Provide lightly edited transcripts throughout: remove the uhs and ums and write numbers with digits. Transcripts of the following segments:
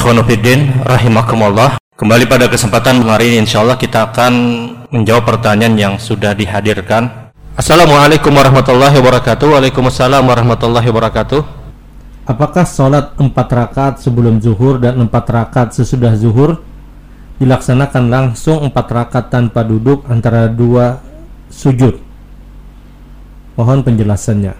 Ikhwanuddin rahimakumullah. Kembali pada kesempatan hari ini insyaallah kita akan menjawab pertanyaan yang sudah dihadirkan. Assalamualaikum warahmatullahi wabarakatuh. Waalaikumsalam warahmatullahi wabarakatuh. Apakah sholat 4 rakaat sebelum zuhur dan 4 rakaat sesudah zuhur dilaksanakan langsung 4 rakaat tanpa duduk antara dua sujud? Mohon penjelasannya.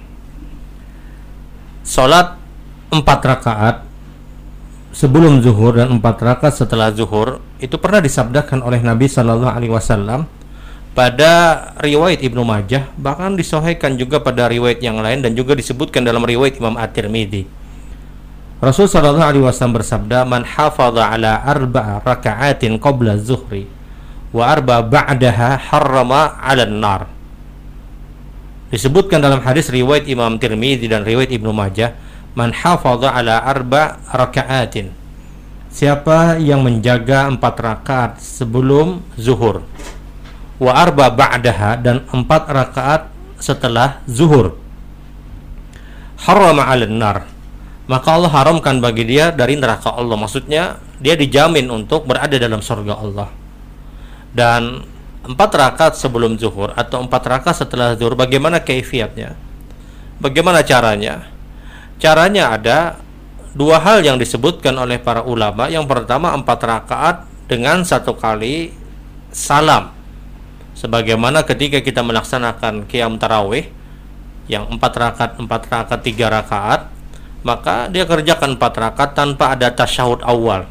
Sholat 4 rakaat sebelum zuhur dan 4 rakaat setelah zuhur itu pernah disabdakan oleh Nabi Shallallahu Alaihi Wasallam pada riwayat Ibnu Majah, bahkan disahihkan juga pada riwayat yang lain dan juga disebutkan dalam riwayat Imam At-Tirmidzi. Rasul Shallallahu Alaihi Wasallam bersabda, "Man hafadha ala 4 raka'atin qabla zuhri wa 4 ba'daha harrama 'alan nar." Disebutkan dalam hadis riwayat Imam Tirmidzi dan riwayat Ibnu Majah, man hafadha ala 4 raka'atin, siapa yang menjaga 4 rakaat sebelum zuhur, wa 4 ba'daha, dan 4 rakaat setelah zuhur, harrama 'alan nar, maka Allah haramkan bagi dia dari neraka Allah. Maksudnya dia dijamin untuk berada dalam surga Allah. Dan 4 rakaat sebelum zuhur atau 4 rakaat setelah zuhur, bagaimana kaifiatnya? Bagaimana caranya? Caranya ada 2 hal yang disebutkan oleh para ulama. Yang pertama 4 rakaat dengan 1 kali salam, sebagaimana ketika kita melaksanakan qiyam tarawih yang 4 rakaat 3 rakaat, maka dia kerjakan 4 rakaat tanpa ada tasyahud awal,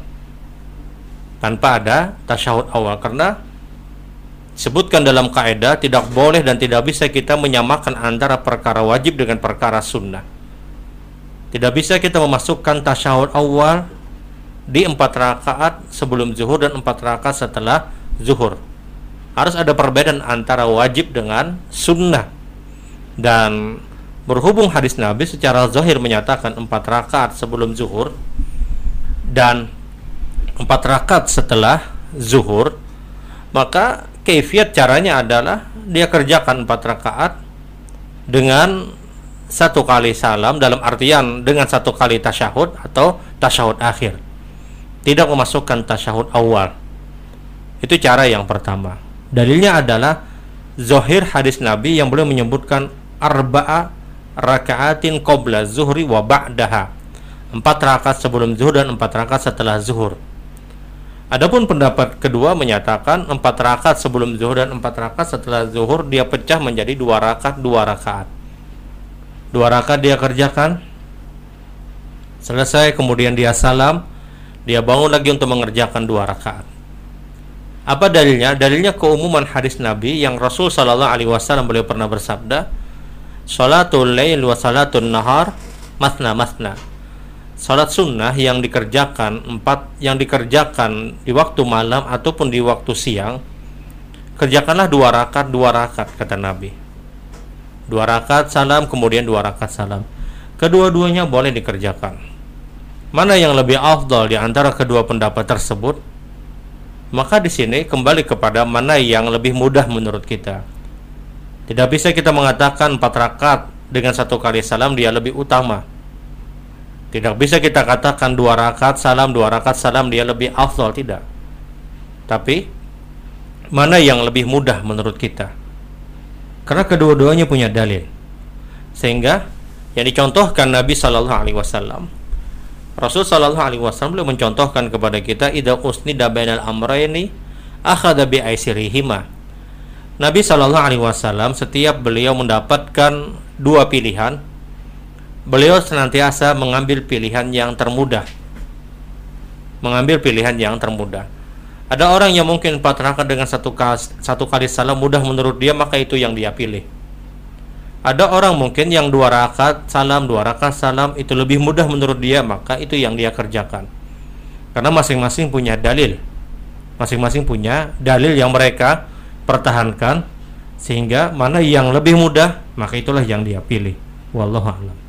karena disebutkan dalam kaidah tidak boleh dan tidak bisa kita menyamakan antara perkara wajib dengan perkara sunnah. Tidak bisa kita memasukkan tasyahud awal di 4 rakaat sebelum zuhur dan 4 rakaat setelah zuhur. Harus ada perbedaan antara wajib dengan sunnah. Dan berhubung hadis Nabi secara zahir menyatakan 4 rakaat sebelum zuhur dan 4 rakaat setelah zuhur, maka kaifiat caranya adalah dia kerjakan 4 rakaat dengan 1 kali salam, dalam artian dengan 1 kali tasyahud atau tasyahud akhir, tidak memasukkan tasyahud awal. Itu cara yang pertama. Dalilnya adalah zahir hadis Nabi yang beliau menyebutkan 4 raka'atin qabla zuhri wa ba'daha, 4 rakaat sebelum zuhur dan 4 rakaat setelah zuhur. Adapun pendapat kedua menyatakan 4 rakaat sebelum zuhur dan 4 rakaat setelah zuhur dia pecah menjadi 2 rakaat 2 rakaat. 2 rakaat dia kerjakan, selesai, kemudian dia salam, dia bangun lagi untuk mengerjakan 2 rakaat. Apa dalilnya? Dalilnya keumuman hadis Nabi yang Rasul Sallallahu Alaihi Wasallam beliau pernah bersabda, "Sholatul lail wa sholatul nahar masna masna." Salat sunnah yang dikerjakan di waktu malam ataupun di waktu siang, kerjakanlah 2 rakaat 2 rakaat, kata Nabi. 2 rakaat salam, kemudian 2 rakaat salam. Kedua-duanya boleh dikerjakan. Mana yang lebih afdal di antara kedua pendapat tersebut? Maka di sini kembali kepada mana yang lebih mudah menurut kita. Tidak bisa kita mengatakan 4 rakaat dengan 1 kali salam dia lebih utama. Tidak bisa kita katakan 2 rakaat salam, 2 rakaat salam dia lebih afdal, tidak. Tapi mana yang lebih mudah menurut kita? Karena kedua-duanya punya dalil. Sehingga yang dicontohkan Nabi Sallallahu Alaihi Wasallam, Rasul Sallallahu Alaihi Wasallam beliau mencontohkan kepada kita, idza usnida bainal amrayni akhadha bi aisirihima. Nabi Sallallahu Alaihi Wasallam setiap beliau mendapatkan 2 pilihan, beliau senantiasa mengambil pilihan yang termudah. Ada orang yang mungkin 4 rakaat dengan 1 kali salam mudah menurut dia, maka itu yang dia pilih. Ada orang mungkin yang 2 rakaat salam, 2 rakaat salam itu lebih mudah menurut dia, maka itu yang dia kerjakan. Karena masing-masing punya dalil. Masing-masing punya dalil yang mereka pertahankan, sehingga mana yang lebih mudah, maka itulah yang dia pilih. Wallahu a'lam.